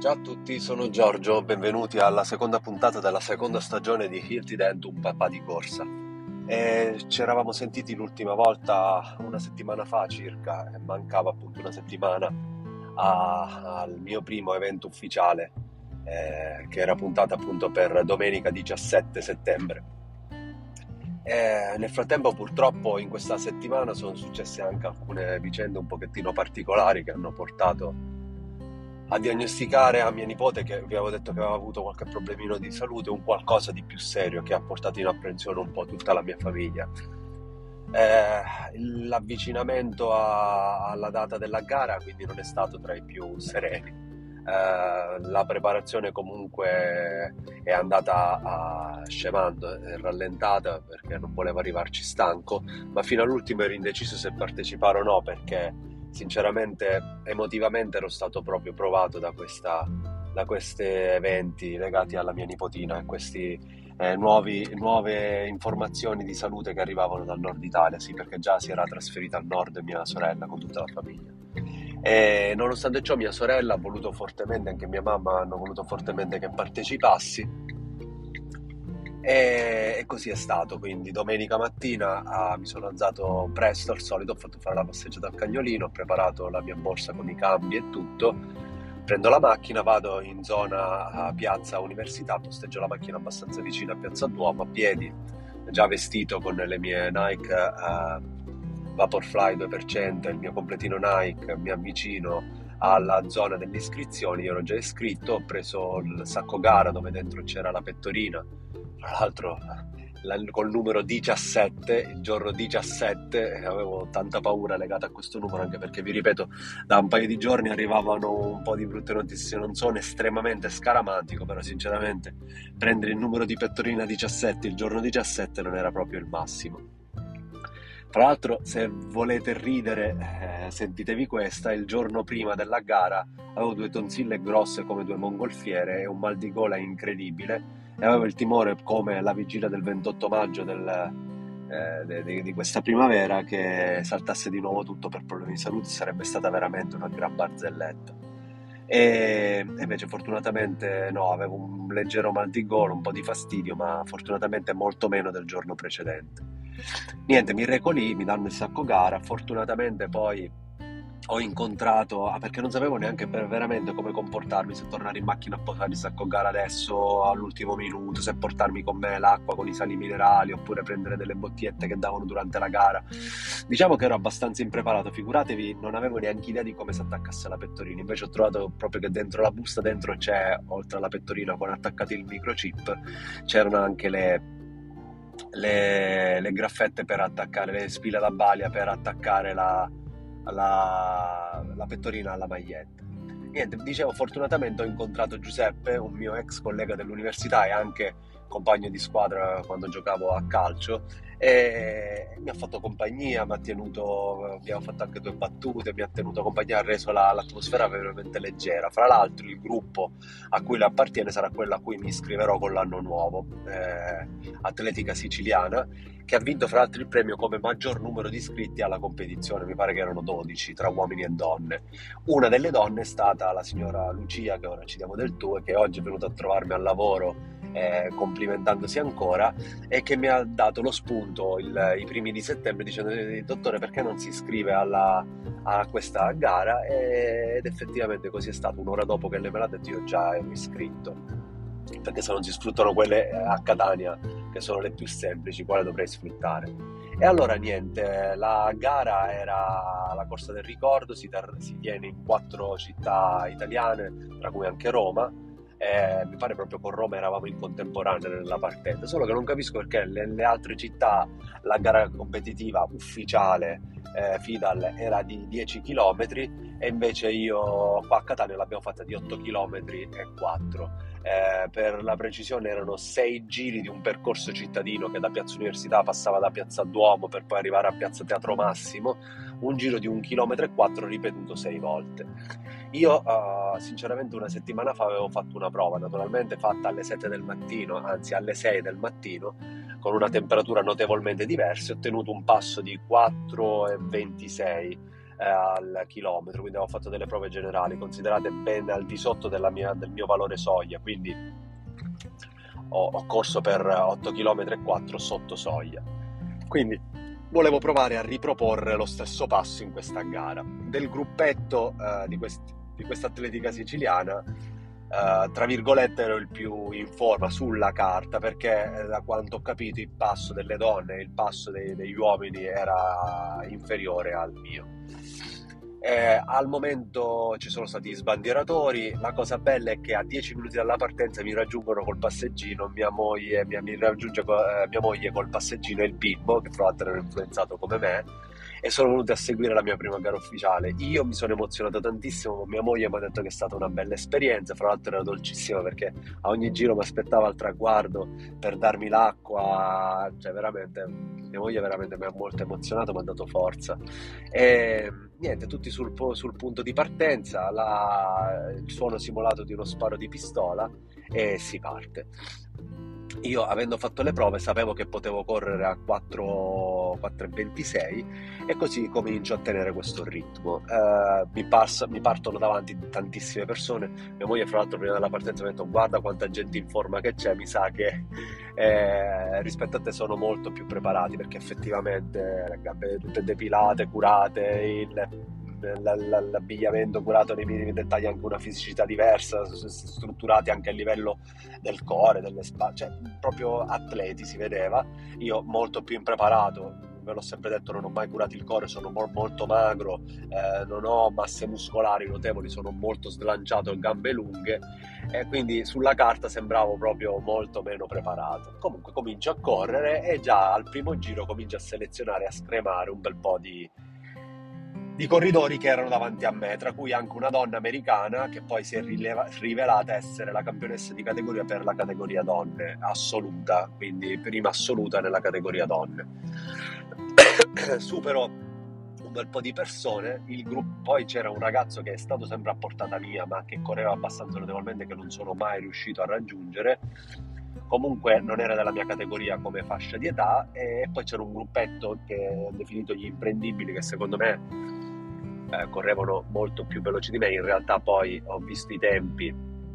Ciao a tutti, sono Giorgio, benvenuti alla seconda puntata della seconda stagione di Hilti Dent, un papà di corsa. Ci eravamo sentiti l'ultima volta una settimana fa circa, e mancava appunto una settimana al mio primo evento ufficiale, che era puntato appunto per domenica 17 settembre. Nel frattempo purtroppo in questa settimana sono successe anche alcune vicende un pochettino particolari che hanno portato a diagnosticare a mia nipote, che vi avevo detto che aveva avuto qualche problemino di salute, un qualcosa di più serio che ha portato in apprensione un po' tutta la mia famiglia. L'avvicinamento alla data della gara quindi non è stato tra i più sereni. La preparazione comunque è andata scemando, è rallentata perché non volevo arrivarci stanco, ma fino all'ultimo ero indeciso se partecipare o no, perché sinceramente emotivamente ero stato proprio provato da questi eventi legati alla mia nipotina e questi nuove informazioni di salute che arrivavano dal nord Italia, sì, perché già si era trasferita al nord mia sorella con tutta la famiglia. E nonostante ciò mia sorella ha voluto fortemente, anche mia mamma hanno voluto fortemente che partecipassi, e così è stato. Quindi domenica mattina mi sono alzato presto al solito, ho fatto fare la passeggiata al cagnolino, ho preparato la mia borsa con i cambi e tutto, prendo la macchina, vado in zona piazza Università, posteggio la macchina abbastanza vicina a Piazza Duomo a piedi, già vestito con le mie Nike Vaporfly 2%, il mio completino Nike, mi avvicino alla zona delle iscrizioni. Io ero già iscritto, ho preso il sacco gara dove dentro c'era la pettorina, tra l'altro col numero 17, il giorno 17, e avevo tanta paura legata a questo numero, anche perché vi ripeto, da un paio di giorni arrivavano un po' di brutte notizie, non sono estremamente scaramantico, però sinceramente prendere il numero di pettorina 17 il giorno 17 non era proprio il massimo. Tra l'altro, se volete ridere, sentitevi questa: il giorno prima della gara avevo due tonsille grosse come due mongolfiere e un mal di gola incredibile, e avevo il timore, come la vigilia del 28 maggio di questa primavera, che saltasse di nuovo tutto per problemi di salute. Sarebbe stata veramente una gran barzelletta. E invece fortunatamente no, avevo un leggero mal di gola, un po' di fastidio, ma fortunatamente molto meno del giorno precedente. Niente, mi reco lì, mi danno il sacco gara. Fortunatamente poi ho incontrato, perché non sapevo neanche veramente come comportarmi, se tornare in macchina a posare il sacco gara adesso all'ultimo minuto, se portarmi con me l'acqua con i sali minerali oppure prendere delle bottigliette che davano durante la gara. Diciamo che ero abbastanza impreparato, figuratevi, non avevo neanche idea di come si attaccasse la pettorina. Invece ho trovato proprio che dentro la busta dentro c'è, oltre alla pettorina con attaccati il microchip, c'erano anche le graffette per attaccare, le spille da balia per attaccare la pettorina alla maglietta. Niente, dicevo, fortunatamente ho incontrato Giuseppe, un mio ex collega dell'università e anche compagno di squadra quando giocavo a calcio, e mi ha fatto compagnia, mi ha tenuto, abbiamo fatto anche due battute, mi ha tenuto compagnia, ha reso l'atmosfera veramente leggera. Fra l'altro il gruppo a cui le appartiene sarà quello a cui mi iscriverò con l'anno nuovo, Atletica Siciliana, che ha vinto fra l'altro il premio come maggior numero di iscritti alla competizione. Mi pare che erano 12 tra uomini e donne. Una delle donne è stata la signora Lucia, che ora ci diamo del tu, e che oggi è venuta a trovarmi al lavoro, complimentandosi ancora, e che mi ha dato lo spunto i primi di settembre dicendo: dottore, perché non si iscrive a questa gara? Ed effettivamente così è stato. Un'ora dopo che lei me l'ha detto io già ero iscritto, perché se non si sfruttano quelle a Catania, che sono le più semplici, quale dovrei sfruttare? E allora niente, la gara era la corsa del ricordo, si tiene in 4 città italiane, tra cui anche Roma. Mi pare proprio con Roma eravamo in contemporanea nella partenza, solo che non capisco perché le altre città la gara competitiva ufficiale, FIDAL, era di 10 km, e invece io qua a Catania l'abbiamo fatta di 8 km e 4. Per la precisione erano 6 giri di un percorso cittadino che da Piazza Università passava da Piazza Duomo per poi arrivare a Piazza Teatro Massimo, un giro di 1 chilometro e 4 ripetuto 6 volte. Io sinceramente una settimana fa avevo fatto una prova, naturalmente fatta alle 7 del mattino, anzi alle 6 del mattino, con una temperatura notevolmente diversa. Ho ottenuto un passo di 4,26, al chilometro, quindi avevo fatto delle prove generali considerate ben al di sotto del mio valore soglia, quindi ho corso per 8 km e 4 sotto soglia. Quindi volevo provare a riproporre lo stesso passo in questa gara. Del gruppetto di questa atletica siciliana, tra virgolette ero il più in forma sulla carta, perché da quanto ho capito il passo delle donne e il passo degli uomini era inferiore al mio. Al momento ci sono stati sbandieratori. La cosa bella è che a 10 minuti dalla partenza mi raggiungono col passeggino mi raggiunge mia moglie col passeggino e il bimbo, che tra l'altro era influenzato come me, e sono venuti a seguire la mia prima gara ufficiale. Io mi sono emozionato tantissimo, mia moglie mi ha detto che è stata una bella esperienza, fra l'altro era dolcissima perché a ogni giro mi aspettava al traguardo per darmi l'acqua, cioè veramente, mia moglie veramente mi ha molto emozionato, mi ha dato forza. E niente, tutti sul punto di partenza, il suono simulato di uno sparo di pistola e si parte. Io, avendo fatto le prove, sapevo che potevo correre a 4,26 e così comincio a tenere questo ritmo. Mi partono davanti tantissime persone. Mia moglie, fra l'altro, prima della partenza mi ha detto: guarda quanta gente in forma che c'è, mi sa che rispetto a te sono molto più preparati, perché effettivamente le gambe tutte depilate, curate, l'abbigliamento curato nei minimi dettagli, anche una fisicità diversa, strutturati anche a livello del core, delle spalle, cioè proprio atleti si vedeva. Io molto più impreparato, ve l'ho sempre detto, non ho mai curato il core, sono molto magro, non ho masse muscolari notevoli, sono molto slanciato, gambe lunghe, e quindi sulla carta sembravo proprio molto meno preparato. Comunque comincio a correre e già al primo giro comincio a selezionare, a scremare un bel po' di corridori che erano davanti a me, tra cui anche una donna americana che poi si è rivelata essere la campionessa di categoria per la categoria donne assoluta, quindi prima assoluta nella categoria donne. Supero un bel po' di persone, il gruppo, poi c'era un ragazzo che è stato sempre a portata mia ma che correva abbastanza notevolmente, che non sono mai riuscito a raggiungere. Comunque non era della mia categoria come fascia di età, e poi c'era un gruppetto che ho definito gli imprendibili, che secondo me correvano molto più veloci di me. In realtà poi ho visto i tempi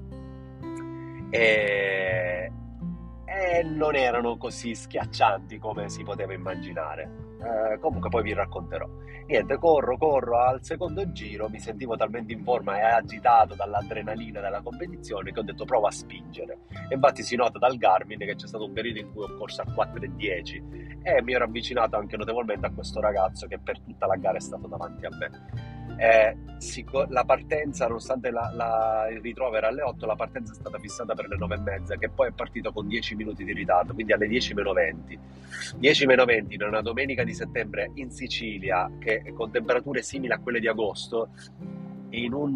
e non erano così schiaccianti come si poteva immaginare. Comunque poi vi racconterò. Niente, corro al secondo giro, mi sentivo talmente in forma e agitato dall'adrenalina della competizione che ho detto provo a spingere. E infatti si nota dal Garmin che c'è stato un periodo in cui ho corso a 4,10 e mi ero avvicinato anche notevolmente a questo ragazzo che per tutta la gara è stato davanti a me. La partenza, nonostante il ritrovo era alle 8, la partenza è stata fissata per le 9:30, che poi è partito con 10 minuti di ritardo, quindi alle 10 meno 20 in una domenica di settembre in Sicilia, che con temperature simili a quelle di agosto, in un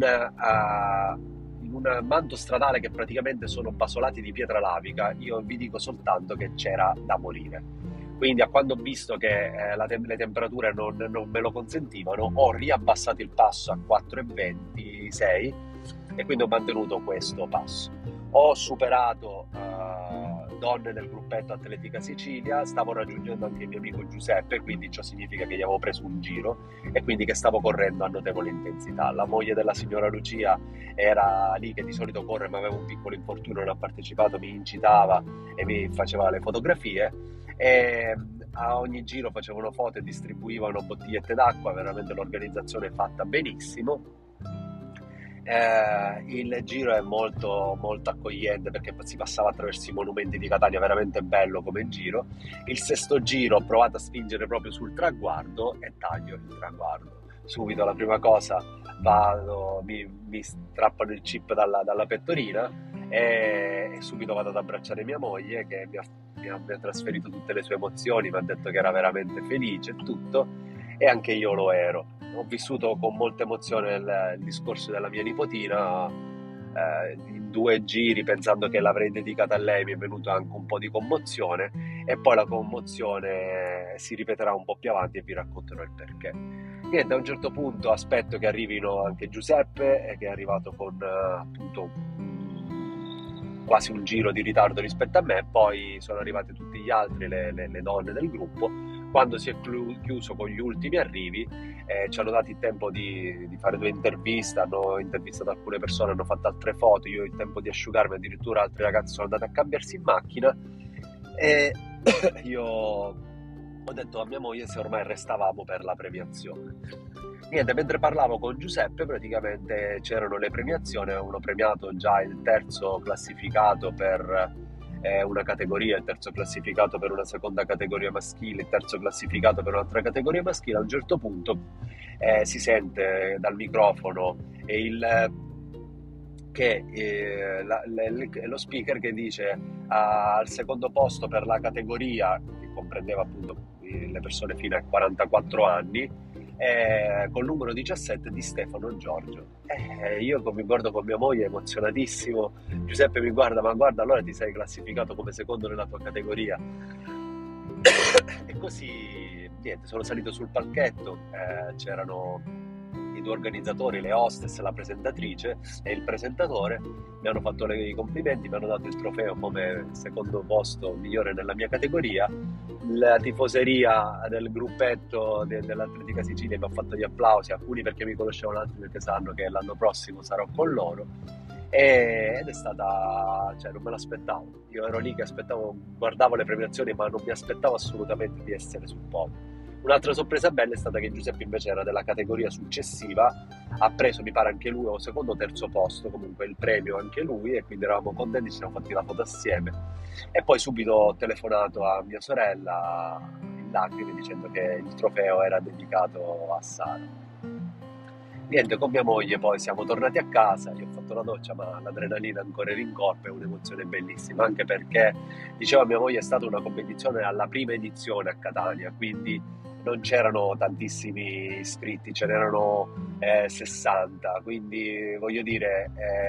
manto stradale che praticamente sono basolati di pietra lavica. Io vi dico soltanto che c'era da morire. Quindi, a quando ho visto che le temperature non me lo consentivano, ho riabbassato il passo a 4,26 e quindi ho mantenuto questo passo. Ho superato donne del gruppetto Atletica Sicilia, stavo raggiungendo anche il mio amico Giuseppe, quindi ciò significa che gli avevo preso un giro e quindi che stavo correndo a notevole intensità. La moglie della signora Lucia era lì, che di solito corre ma aveva un piccolo infortunio, non ha partecipato, mi incitava e mi faceva le fotografie, e a ogni giro facevano foto e distribuivano bottigliette d'acqua. Veramente l'organizzazione è fatta benissimo. Il giro è molto accogliente perché si passava attraverso i monumenti di Catania, veramente bello come giro. Il sesto giro ho provato a spingere proprio sul traguardo e taglio il traguardo. Subito la prima cosa mi strappano il chip dalla pettorina e subito vado ad abbracciare mia moglie, che mi ha trasferito tutte le sue emozioni, mi ha detto che era veramente felice e tutto, e anche io lo ero. Ho vissuto con molta emozione il discorso della mia nipotina, in 2 giri, pensando che l'avrei dedicata a lei mi è venuto anche un po' di commozione, e poi la commozione si ripeterà un po' più avanti e vi racconterò il perché. Niente, a un certo punto aspetto che arrivino anche Giuseppe, che è arrivato con appunto quasi un giro di ritardo rispetto a me, poi sono arrivate tutti gli altri, le donne del gruppo, Quando si è chiuso con gli ultimi arrivi, ci hanno dato il tempo di fare 2 interviste, hanno intervistato alcune persone, hanno fatto altre foto, io ho il tempo di asciugarmi, addirittura altri ragazzi sono andati a cambiarsi in macchina e io ho detto a mia moglie se ormai restavamo per la premiazione. Niente, mentre parlavo con Giuseppe praticamente c'erano le premiazioni, avevano premiato già il terzo classificato per una categoria, il terzo classificato per una seconda categoria maschile, il terzo classificato per un'altra categoria maschile. A un certo punto si sente dal microfono lo speaker che dice al secondo posto per la categoria, che comprendeva appunto le persone fino ai 44 anni, col numero 17 di Stefano Giorgio. Io mi guardo con mia moglie emozionatissimo, Giuseppe mi guarda, ma guarda, allora ti sei classificato come secondo nella tua categoria. E così, niente, sono salito sul palchetto, c'erano i 2 organizzatori, le hostess, la presentatrice e il presentatore, mi hanno fatto i complimenti, mi hanno dato il trofeo come secondo posto migliore nella mia categoria. La tifoseria del gruppetto dell'Atletica Sicilia mi ha fatto gli applausi, alcuni perché mi conoscevano, altri perché sanno che l'anno prossimo sarò con loro. Ed è stata, cioè non me l'aspettavo, io ero lì che aspettavo, guardavo le premiazioni ma non mi aspettavo assolutamente di essere sul podio. Un'altra sorpresa bella è stata che Giuseppe invece era della categoria successiva, ha preso mi pare anche lui o secondo o terzo posto, comunque il premio anche lui, e quindi eravamo contenti, ci siamo fatti la foto assieme e poi subito ho telefonato a mia sorella in lacrime dicendo che il trofeo era dedicato a Sara. Niente, con mia moglie poi siamo tornati a casa, io ho fatto la doccia ma l'adrenalina ancora era in corpo, è un'emozione bellissima, anche perché, diceva mia moglie, è stata una competizione alla prima edizione a Catania, quindi non c'erano tantissimi iscritti, ce n'erano 60, quindi voglio dire,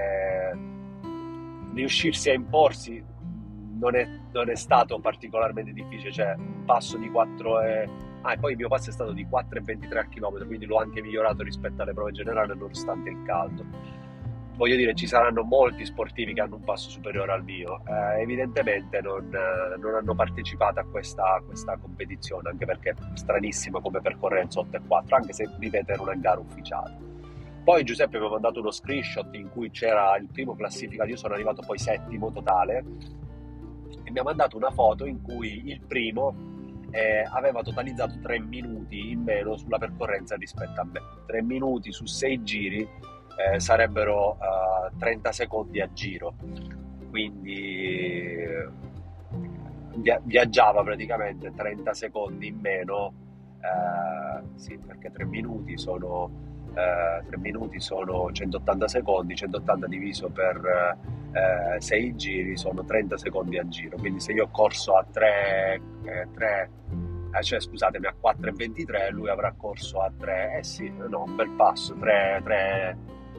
riuscirsi a imporsi non è stato particolarmente difficile, cioè un passo di 4 e poi il mio passo è stato di 4,23 al chilometro, quindi l'ho anche migliorato rispetto alle prove generali nonostante il caldo. Voglio dire, ci saranno molti sportivi che hanno un passo superiore al mio, evidentemente non hanno partecipato a questa competizione, anche perché è stranissima come percorrenza 8,4, anche se ripeto era una gara ufficiale. Poi Giuseppe mi ha mandato uno screenshot in cui c'era il primo classificato, io sono arrivato poi settimo totale, e mi ha mandato una foto in cui il primo aveva totalizzato 3 minuti in meno sulla percorrenza rispetto a me. 3 minuti su 6 giri sarebbero 30 secondi a giro, quindi viaggiava praticamente 30 secondi in meno, sì, perché 3 minuti sono 180 secondi, 180 diviso per 6 giri sono 30 secondi a giro, quindi se io ho corso a 4,23 lui avrà corso a 3, un bel passo, 3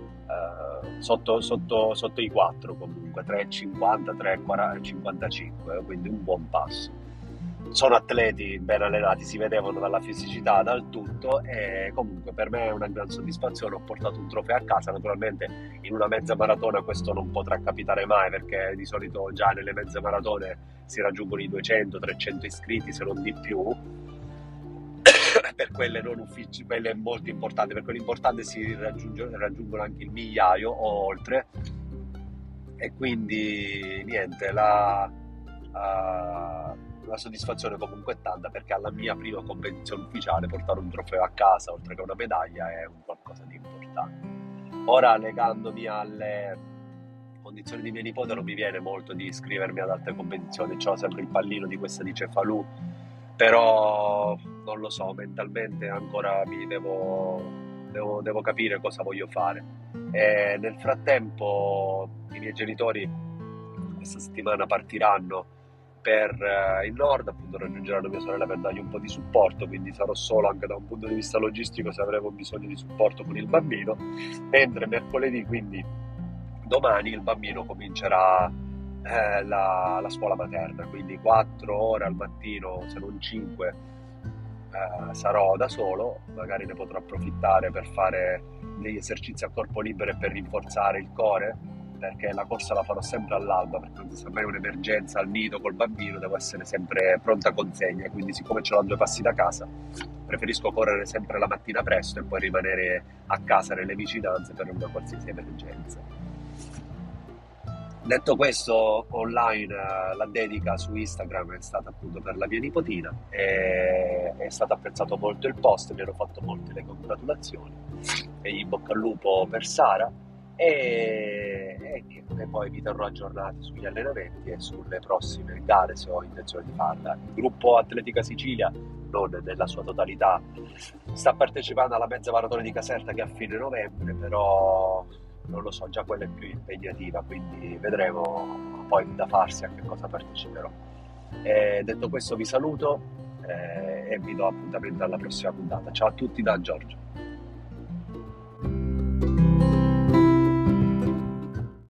sotto i 4 comunque, 3,50, 3,55, quindi un buon passo. Sono atleti ben allenati, si vedevano dalla fisicità, dal tutto, e comunque per me è una gran soddisfazione, ho portato un trofeo a casa. Naturalmente in una mezza maratona questo non potrà capitare mai, perché di solito già nelle mezze maratone si raggiungono i 200-300 iscritti, se non di più. Per quelle non ufficiali, quelle è molto importante, per quelle importanti si raggiungono anche il migliaio o oltre, e quindi niente, la soddisfazione comunque è tanta, perché alla mia prima competizione ufficiale portare un trofeo a casa oltre che una medaglia è un qualcosa di importante. Ora, legandomi alle condizioni di mio nipote, non mi viene molto di iscrivermi ad altre competizioni, ho sempre il pallino di questa di Cefalù, però non lo so, mentalmente ancora devo capire cosa voglio fare. E nel frattempo i miei genitori questa settimana partiranno per il nord, appunto raggiungeranno mia sorella per dargli un po' di supporto, quindi sarò solo anche da un punto di vista logistico se avremo bisogno di supporto con il bambino, mentre mercoledì, quindi domani, il bambino comincerà la scuola materna, quindi 4 ore al mattino, se non 5, sarò da solo, magari ne potrò approfittare per fare degli esercizi a corpo libero e per rinforzare il core, perché la corsa la farò sempre all'alba, perché non si sa mai un'emergenza al nido col bambino, devo essere sempre pronta consegna, quindi siccome ce l'ho a 2 passi da casa, preferisco correre sempre la mattina presto e poi rimanere a casa nelle vicinanze per una qualsiasi emergenza. Detto questo, online la dedica su Instagram è stata appunto per la mia nipotina e è stato apprezzato molto il post, mi hanno fatto molte le congratulazioni e in bocca al lupo per Sara e niente, poi vi terrò aggiornati sugli allenamenti e sulle prossime gare se ho intenzione di farla. Il gruppo Atletica Sicilia, non nella sua totalità, sta partecipando alla mezza maratona di Caserta che è a fine novembre, però non lo so, già quella è più impegnativa, quindi vedremo poi da farsi a che cosa parteciperò. Detto questo vi saluto e vi do appuntamento alla prossima puntata. Ciao a tutti da Giorgio.